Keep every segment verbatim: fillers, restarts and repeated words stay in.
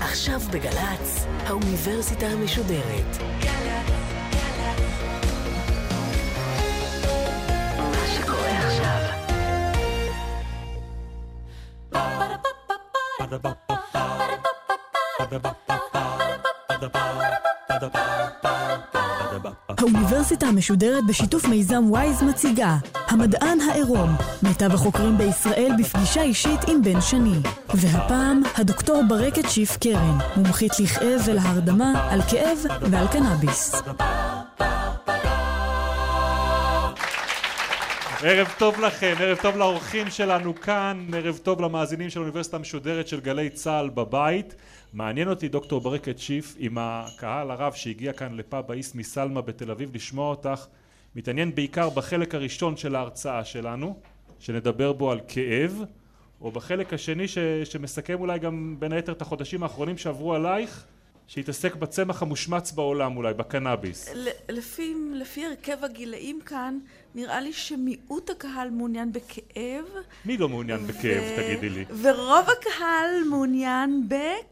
עכשיו בגלץ, האוניברסיטה המשודרת. מה שקורה עכשיו. האוניברסיטה המשודרת בשיתוף מיזם וויז מציגה המדען העירום, מיטב החוקרים בישראל בפגישה אישית עם בן שני. והפעם הדוקטור ברקת שיף קרן, מומחית לכאב ולהרדמה, על כאב ועל קנאביס. ערב טוב לכם, ערב טוב לאורחים שלנו כאן, ערב טוב למאזינים של האוניברסיטה המשודרת של גלי צהל בבית. מעניין אותי דוקטור ברקת שיף עם הקהל הרב שהגיע כאן לפאב האיס מסלמה בתל אביב לשמוע אותך, מתעניין בעיקר בחלק הראשון של ההרצאה שלנו, שנדבר בו על כאב, או בחלק השני ש... שמסכם אולי גם בין היתר את החודשים האחרונים שעברו עלייך, שהתעסק בצמח המושמץ בעולם אולי, בקנאביס. לפי, לפי הרכב הגילאים כאן, נראה לי שמיעוט הקהל מעוניין בכאב. מי לא מעוניין בכאב, ו... תגידי לי? ורוב הקהל מעוניין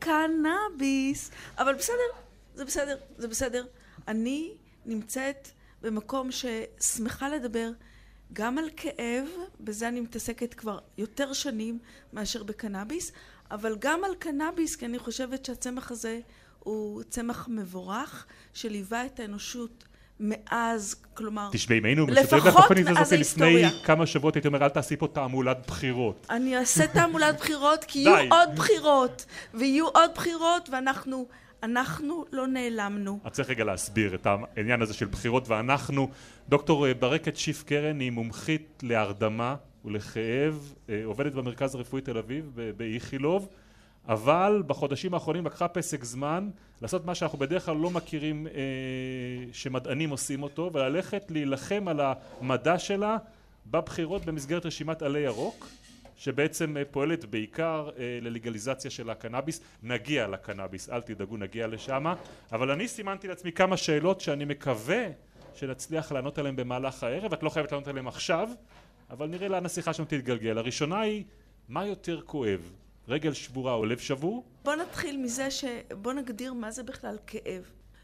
בקנאביס. אבל בסדר, זה בסדר, זה בסדר. אני נמצאת במקום ששמחה לדבר גם על כאב, בזה אני מתעסקת כבר יותר שנים מאשר בקנאביס, אבל גם על קנאביס, כי אני חושבת שהצמח הזה הוא צמח מבורך, שליווה את האנושות מאז, כלומר, תשמעי, אם היינו לפחות מאז לפני כמה שבועות, הייתי אומר, אל תעשי פה תעמולת בחירות. אני אעשה תעמולת בחירות, כי יהיו עוד בחירות, ויהיו עוד בחירות, ואנחנו אנחנו לא נעלמנו. את צריך רגע להסביר את העניין הזה של בחירות, ואנחנו, דוקטור ברקת שיף קרן, היא מומחית להרדמה ולכאב, עובדת במרכז הרפואי תל אביב, באיכילוב, אבל בחודשים האחרונים לקחה פסק זמן לעשות מה שאנחנו בדרך כלל לא מכירים אה, שמדענים עושים אותו, וללכת להילחם על המדע שלה בבחירות במסגרת רשימת עלי ירוק, שבעצם אה, פועלת בעיקר אה, ללגליזציה של הקנאביס. נגיע לקנאביס, אל תדאגו, נגיע לשם, אבל אני סימנתי לעצמי כמה שאלות שאני מקווה שנצליח לענות עליהן במהלך הערב. את לא חייבת לענות עליהן עכשיו, אבל נראה לאן השיחה שם תתגלגל. הראשונה היא, מה יותר כואב? רגל שבורה או לב שבור? בוא נתחיל מזה שבוא נגדיר מה זה בכלל כאב.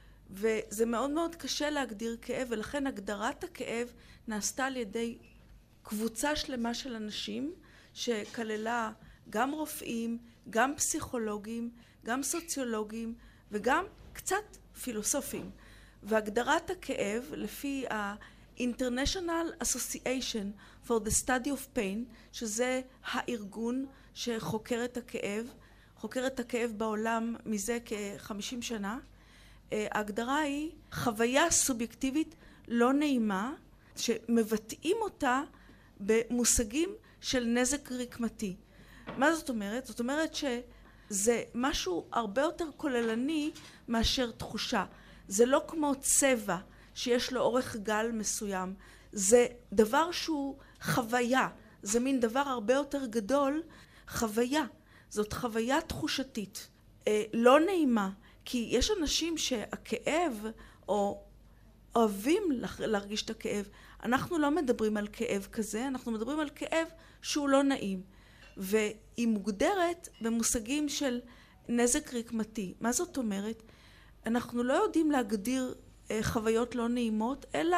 וזה מאוד מאוד קשה להגדיר כאב, ולכן הגדרת הכאב נעשתה על ידי קבוצה שלמה של אנשים, שכללה גם רופאים, גם פסיכולוגים, גם סוציולוגים, וגם קצת פילוסופים. והגדרת הכאב, לפי ה-International Association for the Study of Pain, שזה הארגון שחוקר את הכאב, חוקר את הכאב בעולם מזה כ-חמישים שנה. ההגדרה היא חוויה סובייקטיבית לא נעימה, שמבטאים אותה במושגים של נזק רקמתי. מה זאת אומרת? זאת אומרת שזה משהו הרבה יותר כוללני מאשר תחושה. זה לא כמו צבע שיש לו אורך גל מסוים. זה דבר שהוא חוויה. זה מין דבר הרבה יותר גדול. חוויה. זאת חוויה תחושתית. אה, לא נעימה. כי יש אנשים שהכאב, או אוהבים להרגיש את הכאב. אנחנו לא מדברים על כאב כזה, אנחנו מדברים על כאב שהוא לא נעים. והיא מוגדרת במושגים של נזק רקמתי. מה זאת אומרת? אנחנו לא יודעים להגדיר אה, חוויות לא נעימות, אלא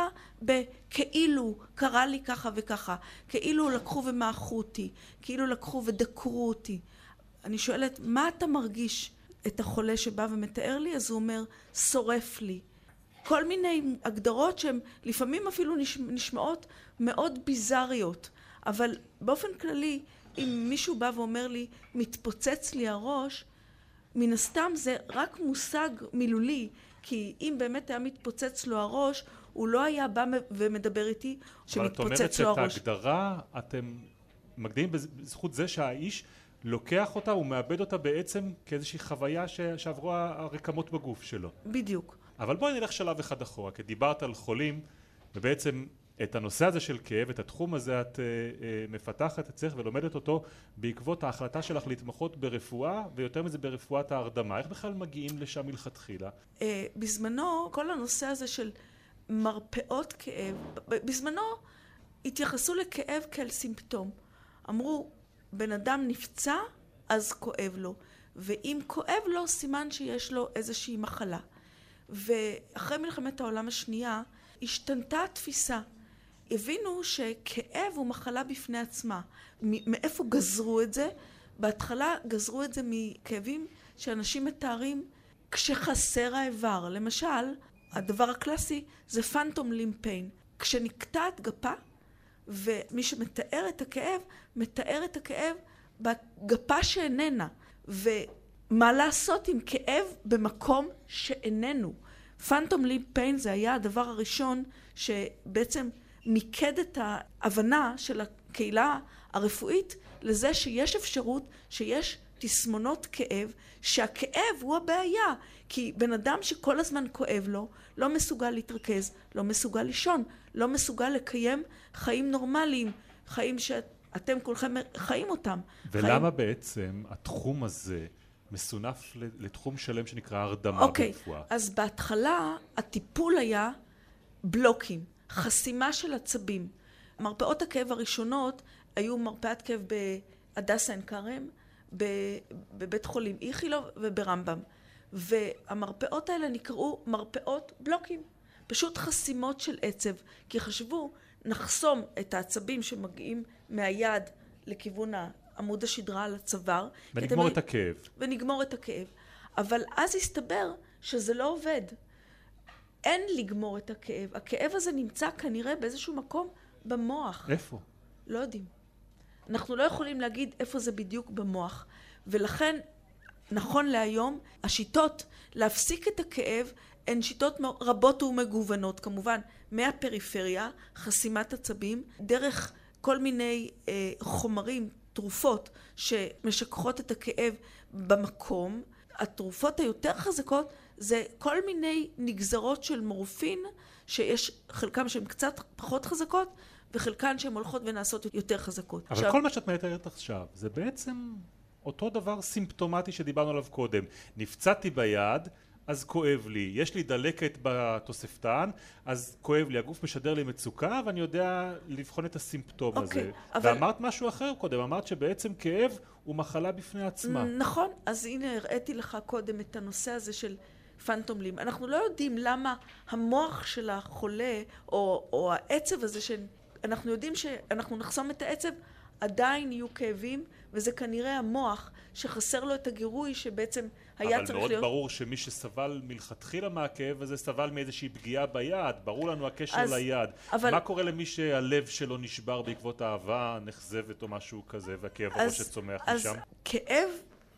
בכאילו קרה לי ככה וככה. כאילו לקחו ומאחו אותי, כאילו לקחו ודקרו אותי. אני שואלת, מה אתה מרגיש את החולה שבא ומתאר לי? אז הוא אומר, שורף לי. כל מיני הגדרות שהן לפעמים אפילו נשמעות מאוד ביזריות. אבל באופן כללי, אם מישהו בא ואומר לי, מתפוצץ לי הראש, מן הסתם זה רק מושג מילולי, כי אם באמת היה מתפוצץ לו הראש, הוא לא היה בא ומדבר איתי שמתפוצץ לו הראש. אבל את אומרת שאת ההגדרה אתם מגדירים בזכות זה שהאיש לוקח אותה ומאבד אותה בעצם כאיזושהי חוויה שעברו הרקמות בגוף שלו. בדיוק. אבל בואי נלך שלב אחד אחורה, כי דיברת על חולים, ובעצם את הנושא הזה של כאב, את התחום הזה את uh, uh, מפתחת, צריך ולומדת אותו בעקבות ההחלטה שלך להתמחות ברפואה, ויותר מזה ברפואת ההרדמה. איך בכלל מגיעים לשם מלכתחילה? Uh, בזמנו, כל הנושא הזה של מרפאות כאב, בזמנו התייחסו לכאב כאל סימפטום. אמרו, בן אדם נפצע, אז כואב לו. ואם כואב לו, סימן שיש לו איזושהי מחלה. ואחרי מלחמת העולם השנייה, השתנתה התפיסה. הבינו שכאב הוא מחלה בפני עצמה. מאיפה גזרו את זה? בהתחלה גזרו את זה מכאבים שאנשים מתארים כשחסר האיבר. למשל, הדבר הקלאסי זה פנטום לימב פיין. כשנקטעת גפה, ומי שמתאר את הכאב, מתאר את הכאב בגפה שאיננה. ומה לעשות עם כאב במקום שאיננו? פנטום לימב פיין זה היה הדבר הראשון שבעצם מיקד את ההבנה של הקהילה הרפואית לזה שיש אפשרות, שיש תסמונות כאב, שהכאב הוא הבעיה. כי בן אדם שכל הזמן כואב לו, לא מסוגל להתרכז, לא מסוגל לישון, לא מסוגל לקיים חיים נורמליים, חיים שאתם כולכם חיים אותם. ולמה חיים... בעצם התחום הזה מסונף לתחום שלם שנקרא הרדמה אוקיי, ברפואה? אז בהתחלה הטיפול היה בלוקים, חסימה של עצבים. מרפאות הכאב הראשונות היו מרפאת כאב בהדסה עין כרם, בבית חולים איכילוב וברמב"ם. והמרפאות האלה נקראו מרפאות בלוקים, פשוט חסימות של עצב, כי חשבו נחסום את העצבים שמגיעים מהיד לכיוון עמוד השדרה על הצוואר. ונגמור את הכאב. ונגמור את הכאב. אבל אז הסתבר שזה לא עובד. אין לגמור את הכאב. הכאב הזה נמצא כנראה באיזשהו מקום במוח. איפה? לא יודעים. אנחנו לא יכולים להגיד איפה זה בדיוק במוח. ולכן, נכון להיום, השיטות להפסיק את הכאב הן שיטות רבות ומגוונות, כמובן, מהפריפריה, חסימת עצבים, דרך כל מיני אה, חומרים, תרופות שמשכחות את הכאב במקום. התרופות היותר חזקות זה כל מיני נגזרות של מורפין, שיש חלקם שהן קצת פחות חזקות, וחלקן שהן הולכות ונעשות יותר חזקות. אבל עכשיו... כל מה שאת מתארת עכשיו, זה בעצם אותו דבר סימפטומטי שדיברנו עליו קודם. נפצעתי ביד, אז כואב לי. יש לי דלקת בתוספתן, אז כואב לי. הגוף משדר לי מצוקה, ואני יודע לבחון את הסימפטום okay, הזה. אבל... ואמרת משהו אחר קודם, אמרת שבעצם כאב הוא מחלה בפני עצמה. נכון, אז הנה הראיתי לך קודם את הנושא הזה של פנטום לימב. אנחנו לא יודעים למה המוח של החולה, או, או העצב הזה, שאנחנו יודעים שאנחנו נחסום את העצב, עדיין יהיו כאבים, וזה כנראה המוח שחסר לו את הגירוי שבעצם היה צריך להיות... אבל מאוד ברור שמי שסבל מלכתחילה מהכאב הזה סבל מאיזושהי פגיעה ביד, ברור לנו הקשר אז, ליד. אבל... מה קורה למי שהלב שלו נשבר בעקבות אהבה, נחזבת או משהו כזה, והכאב הראש שצומח משם? אז כאב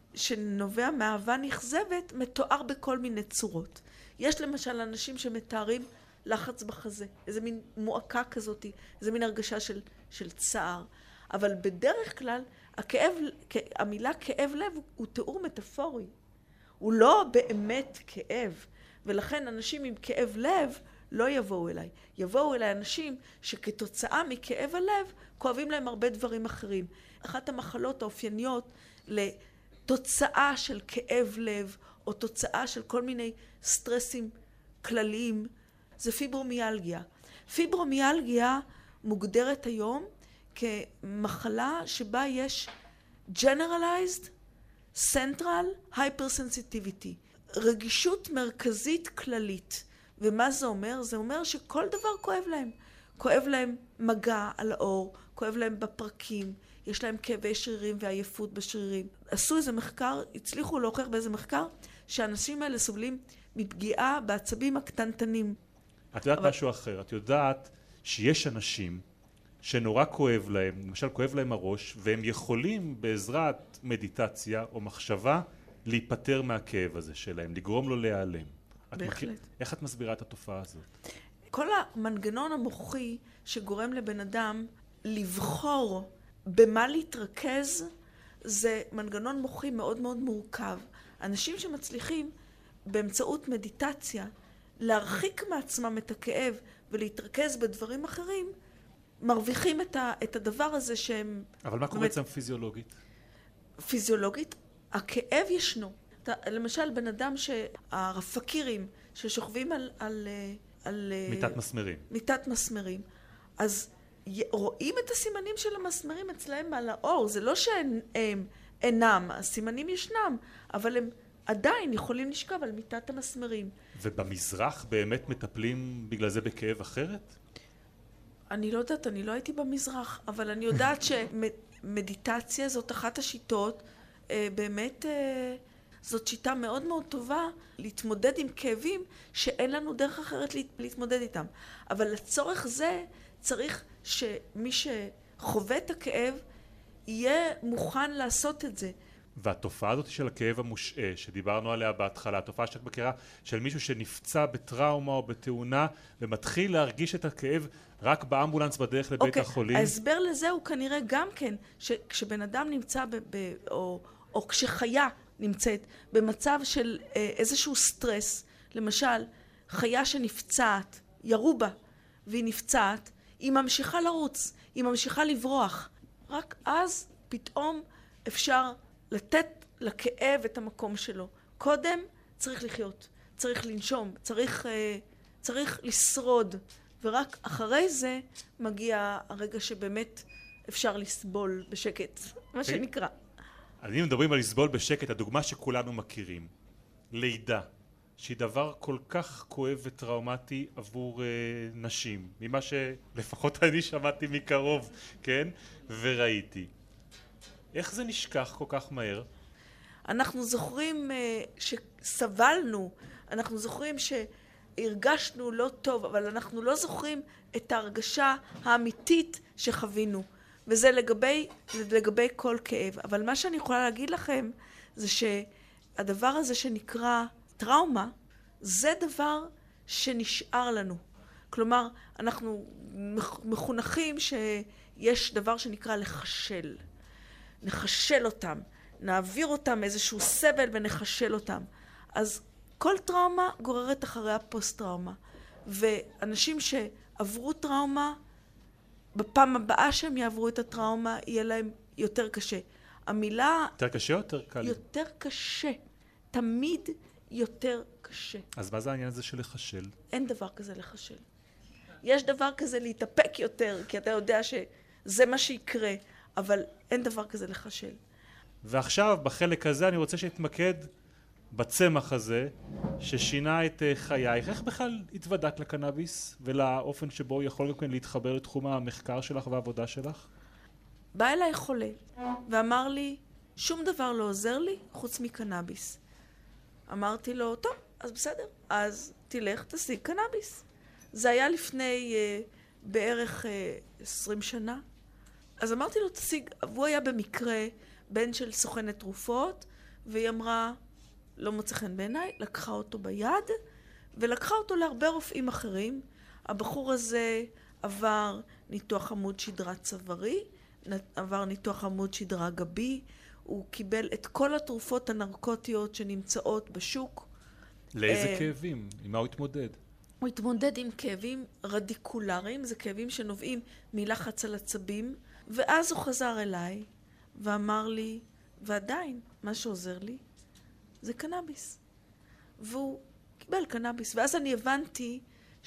שנובע מאהבה נכזבת מתואר בכל מיני צורות. יש למשל אנשים שמתארים לחץ בחזה, איזה מין מועקה כזאת, איזה מין הרגשה של, של צער. אבל בדרך כלל, הכאב, המילה כאב לב הוא, הוא תיאור מטאפורי. הוא לא באמת כאב. ולכן אנשים עם כאב לב לא יבואו אליי. יבואו אליי אנשים שכתוצאה מכאב הלב, כואבים להם הרבה דברים אחרים. אחת המחלות האופייניות לתוצאה של כאב לב, או תוצאה של כל מיני סטרסים כלליים, זה פיברומיאלגיה. פיברומיאלגיה מוגדרת היום כמחלה שבה יש generalized central hypersensitivity, רגישות מרכזית כללית. ומה זה אומר? זה אומר שכל דבר כואב להם. כואב להם מגע על האור, כואב להם בפרקים, יש להם כאבי שרירים ועייפות בשרירים. עשו איזה מחקר, הצליחו להוכיח באיזה מחקר, שהאנשים האלה סובלים מפגיעה בעצבים הקטנטנים. את יודעת אבל... משהו אחר, את יודעת שיש אנשים שנורא כואב להם, למשל כואב להם הראש, והם יכולים בעזרת מדיטציה או מחשבה להיפטר מהכאב הזה שלהם, לגרום לו להיעלם. בהחלט. מכיר, איך את מסבירה את התופעה הזאת? כל המנגנון המוחי שגורם לבן אדם לבחור במה להתרכז, זה מנגנון מוחי מאוד מאוד מורכב. אנשים שמצליחים באמצעות מדיטציה להרחיק מעצמם את הכאב ולהתרכז בדברים אחרים, מרוויחים את, ה, את הדבר הזה שהם... אבל מה קורה אצלם פיזיולוגית? פיזיולוגית, הכאב ישנו. למשל, בן אדם שהפקירים ששוכבים על... על, על מיטת מסמרים. מיטת מסמרים. אז רואים את הסימנים של המסמרים אצלהם על האור. זה לא שהם הם, אינם. הסימנים ישנם, אבל הם עדיין יכולים לשכב על מיטת המסמרים. ובמזרח באמת מטפלים בגלל זה בכאב אחרת? אני לא יודעת, אני לא הייתי במזרח, אבל אני יודעת שמדיטציה זאת אחת השיטות, באמת זאת שיטה מאוד מאוד טובה להתמודד עם כאבים שאין לנו דרך אחרת להתמודד איתם. אבל לצורך זה צריך שמי שחווה את הכאב יהיה מוכן לעשות את זה. והתופעה הזאת של הכאב המושעה, שדיברנו עליה בהתחלה, התופעה שאת מכירה של מישהו שנפצע בטראומה או בתאונה ומתחיל להרגיש את הכאב רק באמבולנס בדרך לבית okay. החולים. ההסבר לזה הוא כנראה גם כן, שכשבן אדם נמצא ב- ב- או, או כשחיה נמצאת במצב של אה, איזשהו סטרס, למשל חיה שנפצעת, ירו בה והיא נפצעת, היא ממשיכה לרוץ, היא ממשיכה לברוח. רק אז פתאום אפשר לתת לכאב את המקום שלו. קודם צריך לחיות, צריך לנשום, צריך, אה, צריך לשרוד, ורק אחרי זה מגיע הרגע שבאמת אפשר לסבול בשקט, מה שנקרא. אני מדברים על לסבול בשקט, הדוגמה שכולנו מכירים. לידה, שהיא דבר כל כך כואב וטראומטי עבור אה, נשים, ממה שלפחות אני שמעתי מקרוב, כן? וראיתי. איך זה נשכח כל כך מהר? אנחנו זוכרים אה, שסבלנו, אנחנו זוכרים שהרגשנו לא טוב, אבל אנחנו לא זוכרים את ההרגשה האמיתית שחווינו. וזה לגבי, לגבי כל כאב. אבל מה שאני יכולה להגיד לכם זה שהדבר הזה שנקרא טראומה, זה דבר שנשאר לנו. כלומר, אנחנו מחונכים שיש דבר שנקרא לחשל. נחשל אותם, נעביר אותם איזשהו סבל ונחשל אותם. אז כל טראומה גוררת אחריה פוסט-טראומה. ואנשים שעברו טראומה, בפעם הבאה שהם יעברו את הטראומה, יהיה להם יותר קשה. המילה... יותר קשה או יותר קל? יותר קשה. תמיד יותר קשה. אז מה זה העניין הזה של לחשל? אין דבר כזה לחשל. יש דבר כזה להתאפק יותר, כי אתה יודע שזה מה שיקרה, אבל אין דבר כזה לחשל. ועכשיו, בחלק הזה, אני רוצה שנתמקד בצמח הזה, ששינה את חייך. איך בכלל התוודעת לקנאביס, ולאופן שבו הוא יכול גם להתחבר לתחום המחקר שלך והעבודה שלך? בא אליי חולה, ואמר לי, שום דבר לא עוזר לי חוץ מקנאביס. אמרתי לו, טוב, אז בסדר, אז תלך, תשיג קנאביס. זה היה לפני אה, בערך אה, עשרים שנה. אז אמרתי לו, תשיג, והוא היה במקרה בן של סוכנת תרופות, והיא אמרה, לא מוצא חן בעיניי, לקחה אותו ביד, ולקחה אותו להרבה רופאים אחרים. הבחור הזה עבר ניתוח עמוד שדרה צווארי, עבר ניתוח עמוד שדרה גבי, הוא קיבל את כל התרופות הנרקוטיות שנמצאות בשוק. לאיזה כאבים? עם מה הוא התמודד? הוא התמודד עם כאבים רדיקולריים, זה כאבים שנובעים מלחץ על עצבים, ואז הוא חזר אליי ואמר לי, ועדיין, מה שעוזר לי זה קנאביס. והוא קיבל קנאביס, ואז אני הבנתי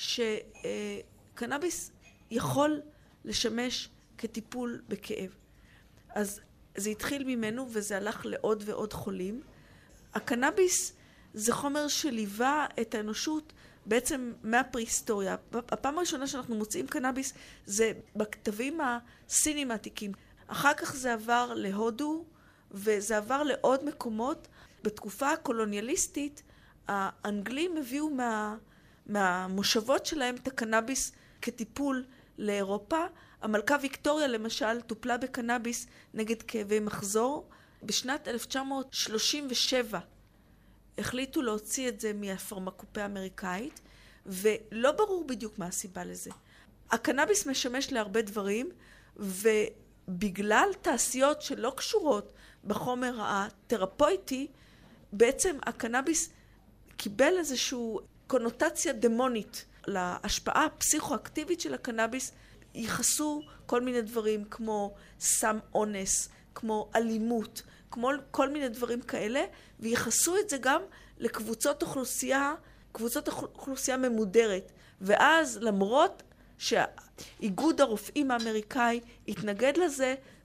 שקנאביס יכול לשמש כטיפול בכאב. אז זה התחיל ממנו וזה הלך לעוד ועוד חולים. הקנאביס זה חומר שליווה את האנושות בעצם מהפרה-היסטוריה. הפעם הראשונה שאנחנו מוצאים קנאביס זה בכתבים הסינים העתיקים. אחר כך זה עבר להודו וזה עבר לעוד מקומות. בתקופה הקולוניאליסטית האנגלים הביאו מה, מהמושבות שלהם את הקנאביס כטיפול לאירופה. המלכה ויקטוריה למשל טופלה בקנאביס נגד כאבי מחזור. בשנת אלף תשע מאות שלושים ושבע החליטו להוציא את זה מהפרמקופיה האמריקאית, ולא ברור בדיוק מה הסיבה לזה. הקנאביס משמש להרבה דברים, ובגלל תעשיות שלא קשורות בחומר התרפויטי, בעצם הקנאביס קיבל איזושהי קונוטציה דמונית להשפעה הפסיכואקטיבית של הקנאביס. ייחסו כל מיני דברים כמו סם אונס, כמו אלימות, כמו כל מיני דברים כאלה, וייחסו את זה גם לקבוצות אוכלוסייה, קבוצות אוכלוסייה ממודרת. ואז למרות שאיגוד הרופאים האמריקאי התנגד לזה,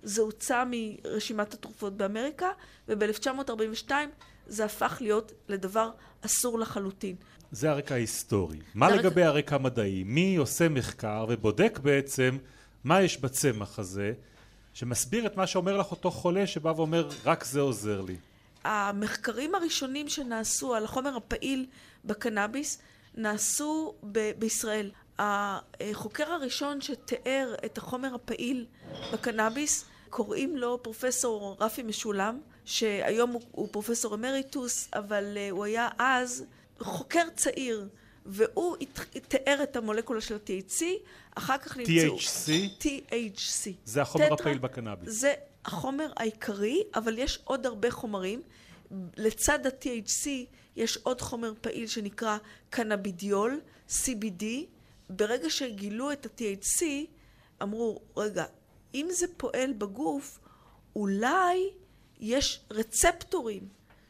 זה הוצא מרשימת התרופות באמריקה, וב-אלף תשע מאות ארבעים ושתיים זה הפך להיות לדבר אסור לחלוטין. זה הרקע ההיסטורי. מה לגבי הרקע המדעי? מי עושה מחקר ובודק בעצם מה יש בצמח הזה, שמסביר את מה שאומר לך אותו חולה שבא ואומר רק זה עוזר לי? המחקרים הראשונים שנעשו על החומר הפעיל בקנאביס נעשו ב- בישראל. החוקר הראשון שתיאר את החומר הפעיל בקנאביס קוראים לו פרופסור רפי משולם, שהיום הוא, הוא פרופסור אמריטוס, אבל הוא היה אז חוקר צעיר, והוא תיאר את המולקולה של ה-טי אייץ' סי, אחר כך נמצאו... טי אייץ' סי? טי אייץ' סי. זה החומר הפעיל בקנאביס. זה החומר העיקרי, אבל יש עוד הרבה חומרים. לצד ה-טי אייץ' סי יש עוד חומר פעיל שנקרא קנאבידיול, סי בי די. ברגע שגילו את ה-טי אייץ' סי, אמרו, רגע, אם זה פועל בגוף, אולי יש רצפטורים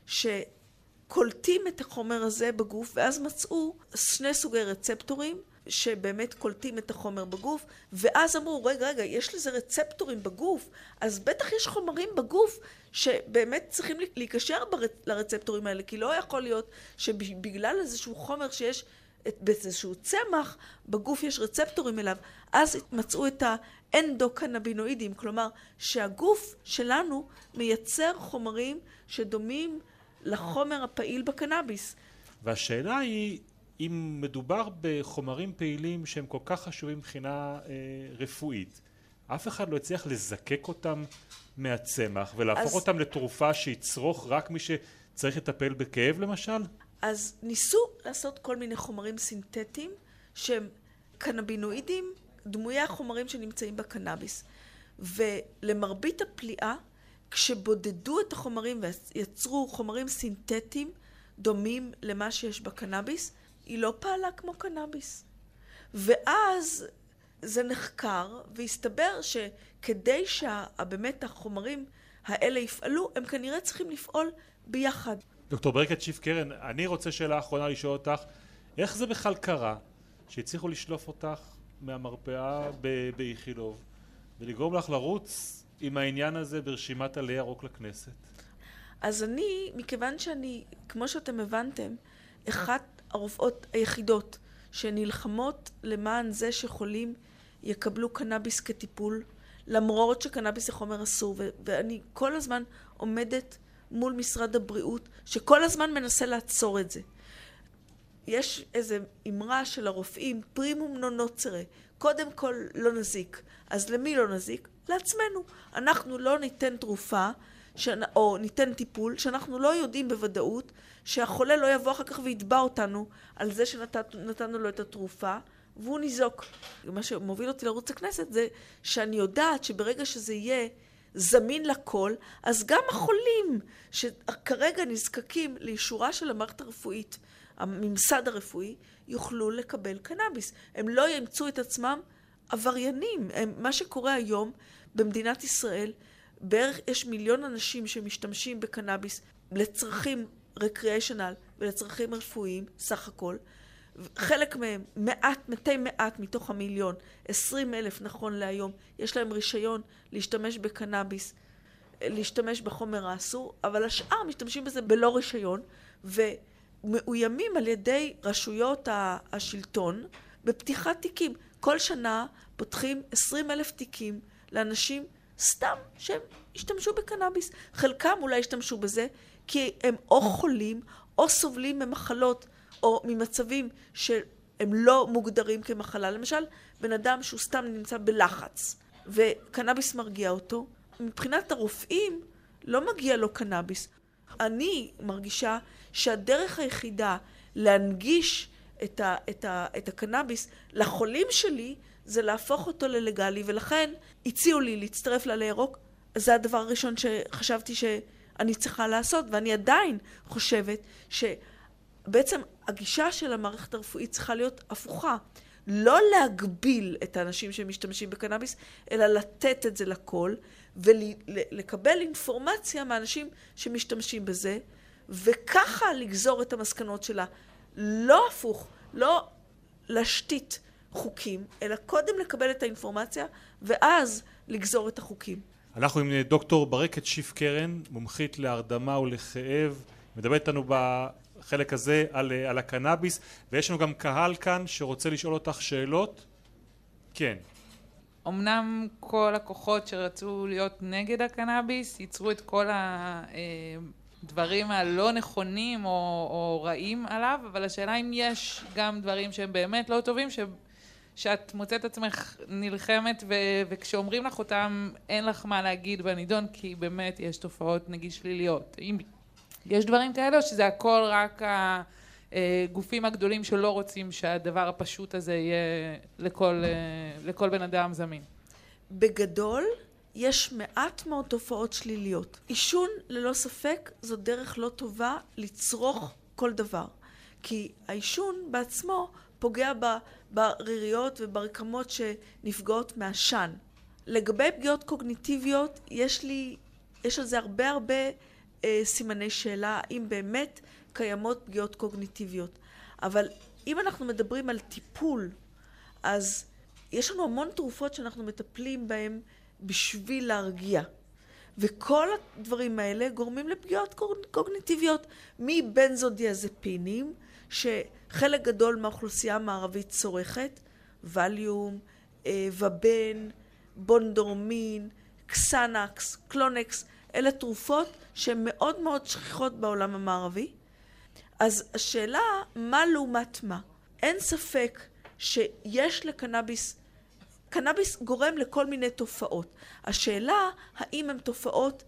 שקולטים את החומר הזה בגוף, ואז מצאו שני סוגי רצפטורים שבאמת קולטים את החומר בגוף, ואז אמרו, רגע, רגע, יש לזה רצפטורים בגוף, אז בטח יש חומרים בגוף שבאמת צריכים להיקשר לרצפטורים האלה, כי לא יכול להיות שבגלל איזשהו חומר שיש באיזשהו צמח, בגוף יש רצפטורים אליו, אז מצאו את האנדוקנבינואידים, כלומר שהגוף שלנו מייצר חומרים שדומים לחומר הפעיל בקנאביס. והשאלה היא, אם מדובר בחומרים פעילים שהם כל כך חשובים מבחינה אה, רפואית, אף אחד לא הצליח לזקק אותם מהצמח ולהפוך אז... אותם לתרופה שיצרוך רק מי שצריך לטפל בכאב למשל? אז ניסו לעשות כל מיני חומרים סינתטיים שהם קנבינואידים, דמויי החומרים שנמצאים בקנאביס. ולמרבית הפליאה, כשבודדו את החומרים ויצרו חומרים סינתטיים דומים למה שיש בקנאביס, היא לא פעלה כמו קנאביס. ואז זה נחקר, והסתבר שכדי שבאמת החומרים האלה יפעלו, הם כנראה צריכים לפעול ביחד. דוקטור ברקת שיף קרן, אני רוצה שאלה האחרונה לשאול אותך, איך זה בכלל קרה שהצליחו לשלוף אותך מהמרפאה באיכילוב ולגרום לך לרוץ עם העניין הזה ברשימת עלי ירוק לכנסת? אז אני, מכיוון שאני, כמו שאתם הבנתם, אחת הרופאות היחידות שנלחמות למען זה שחולים יקבלו קנאביס כטיפול, למרות שקנאביס זה חומר אסור, ו- ואני כל הזמן עומדת מול משרד הבריאות, שכל הזמן מנסה לעצור את זה. יש איזו אמרה של הרופאים, פרימום נון נוצרה, קודם כל לא נזיק. אז למי לא נזיק? לעצמנו. אנחנו לא ניתן תרופה, ש... או ניתן טיפול, שאנחנו לא יודעים בוודאות, שהחולה לא יבוא אחר כך ויתבע אותנו על זה שנתנו לו את התרופה, והוא ניזוק. מה שמוביל אותי לרוץ הכנסת זה שאני יודעת שברגע שזה יהיה זמין לכל, אז גם החולים שכרגע נזקקים לאישורה של המערכת הרפואית, הממסד הרפואי, יוכלו לקבל קנאביס. הם לא ימצאו את עצמם עבריינים. הם, מה שקורה היום במדינת ישראל, בערך יש מיליון אנשים שמשתמשים בקנאביס לצרכים רקריאשנל ולצרכים רפואיים, סך הכל. חלק מהם, מעט, מתי מעט מתוך המיליון, עשרים אלף נכון להיום, יש להם רישיון להשתמש בקנאביס, להשתמש בחומר האסור, אבל השאר משתמשים בזה בלא רישיון, ומאוימים על ידי רשויות השלטון בפתיחת תיקים. כל שנה פותחים עשרים אלף תיקים לאנשים סתם שהם השתמשו בקנאביס. חלקם אולי השתמשו בזה כי הם או חולים או סובלים ממחלות או ממצבים שהם לא מוגדרים כמחלה. למשל, בן אדם שהוא סתם נמצא בלחץ וקנאביס מרגיע אותו, מבחינת הרופאים לא מגיע לו קנאביס. אני מרגישה שהדרך היחידה להנגיש את, ה, את, ה, את הקנאביס לחולים שלי זה להפוך אותו ללגלי, ולכן הציעו לי להצטרף לעלי ירוק. זה הדבר הראשון שחשבתי שאני צריכה לעשות, ואני עדיין חושבת שבעצם הגישה של המערכת הרפואית צריכה להיות הפוכה. לא להגביל את האנשים שמשתמשים בקנאביס, אלא לתת את זה לכל, ולקבל אינפורמציה מהאנשים שמשתמשים בזה, וככה לגזור את המסקנות שלה. לא הפוך, לא להשתית חוקים, אלא קודם לקבל את האינפורמציה, ואז לגזור את החוקים. אנחנו עם דוקטור ברקת שיף קרן, מומחית להרדמה ולכאב, מדברת איתנו בחלק הזה על, על הקנאביס, ויש לנו גם קהל כאן שרוצה לשאול אותך שאלות. כן. אמנם כל הכוחות שרצו להיות נגד הקנאביס ייצרו את כל הדברים הלא נכונים או, או רעים עליו, אבל השאלה אם יש גם דברים שהם באמת לא טובים, ש... שאת מוצאת עצמך נלחמת ו... וכשאומרים לך אותם אין לך מה להגיד בנידון, כי באמת יש תופעות נגיד שליליות. אם יש דברים כאלה או שזה הכל רק הגופים הגדולים שלא רוצים שהדבר הפשוט הזה יהיה לכל, לכל בן אדם זמין? בגדול יש מעט מאוד תופעות שליליות. עישון ללא ספק זו דרך לא טובה לצרוך כל דבר, כי העישון בעצמו פוגע בריריות וברקמות שנפגעות מהשן. לגבי פגיעות קוגניטיביות יש לי, יש על זה הרבה הרבה אה, סימני שאלה אם באמת קיימות פגיעות קוגניטיביות. אבל אם אנחנו מדברים על טיפול, אז יש לנו המון תרופות שאנחנו מטפלים בהן בשביל להרגיע. וכל הדברים האלה גורמים לפגיעות קוגניטיביות, מבנזודיאזפינים, שחלק גדול מהאוכלוסייה המערבית צורכת, ווליום, ובן, בונדורמין, קסנקס, קלונקס, אלה תרופות שהן מאוד מאוד שכיחות בעולם המערבי. אז השאלה, מה לעומת מה? אין ספק שיש לקנאביס, קנאביס גורם לכל מיני תופעות. השאלה, האם הן תופעות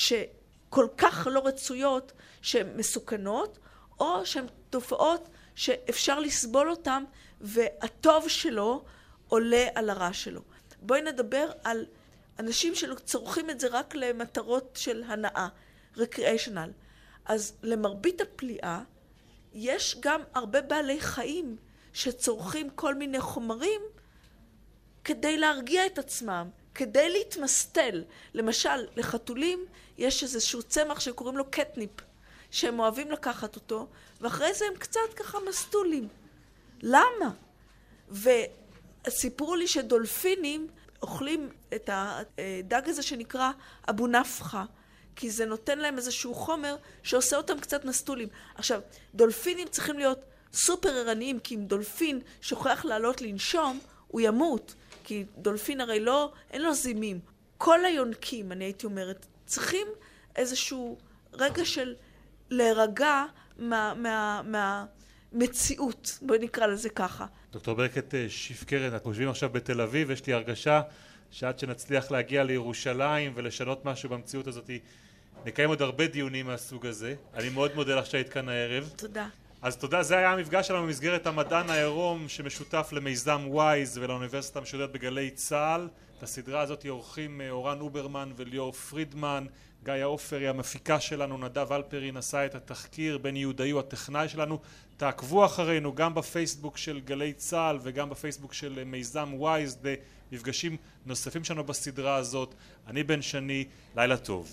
שכל כך לא רצויות, שהן מסוכנות, או שהן תופעות שאפשר לסבול אותן, והטוב שלו עולה על הרע שלו. בואי נדבר על אנשים שצורכים את זה רק למטרות של הנאה, recreational. אז למרבית הפליאה, יש גם הרבה בעלי חיים שצורכים כל מיני חומרים כדי להרגיע את עצמם, כדי להתמסטל. למשל, לחתולים יש איזשהו צמח שקוראים לו קטניפ, שהם אוהבים לקחת אותו, ואחרי זה הם קצת ככה מסטולים. למה? וסיפרו לי שדולפינים אוכלים את הדג הזה שנקרא אבו נפחה, כי זה נותן להם איזשהו חומר שעושה אותם קצת מסטולים. עכשיו, דולפינים צריכים להיות סופר ערניים, כי אם דולפין שוכח לעלות לנשום, הוא ימות, כי דולפין הרי לא, אין לו זימים. כל היונקים, אני הייתי אומרת, צריכים איזשהו רגע של להירגע מה, מה, מה מציאות, בואי נקרא לזה ככה. דוקטור ברקת שיף קרן, אנחנו יושבים עכשיו בתל אביב, יש לי הרגשה שעד שנצליח להגיע לירושלים ולשנות משהו במציאות הזאת, נקיים עוד הרבה דיונים מהסוג הזה. אני מאוד מודה לך שהיית כאן הערב. תודה. אז תודה, זה היה המפגש שלנו במסגרת המדען העירום שמשותף למיזם וויז ולאוניברסיטה המשודרת בגלי צה"ל. את הסדרה הזאת עורכים אורן אוברמן וליאור פרידמן, גיא עופר היא המפיקה שלנו, נדב אלפרין עשה את התחקיר, בן יהודאי הוא הטכנאי שלנו. תעקבו אחרינו גם בפייסבוק של גלי צה"ל וגם בפייסבוק של מיזם וויז למפגשים נוספים שלנו בסדרה הזאת. אני בן שני, לילה טוב.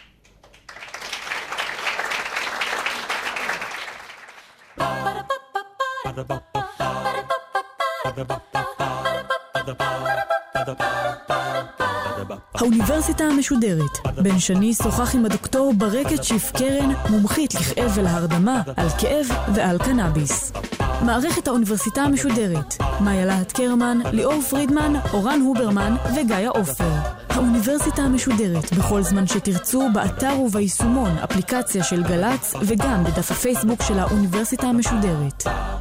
האוניברסיטה המשודרת. בן שני שוחח עם הדוקטור ברקת שיף קרן, מומחית לכאב ולהרדמה, על כאב ועל קנאביס. מערכת האוניברסיטה המשודרת. מאיה להט קרמן, ליאור פרידמן, אורן הוברמן וגיא עופר. האוניברסיטה המשודרת בכל זמן שתרצו, באתר וביישומון אפליקציה של גל"צ וגם בדף הפייסבוק של האוניברסיטה המשודרת.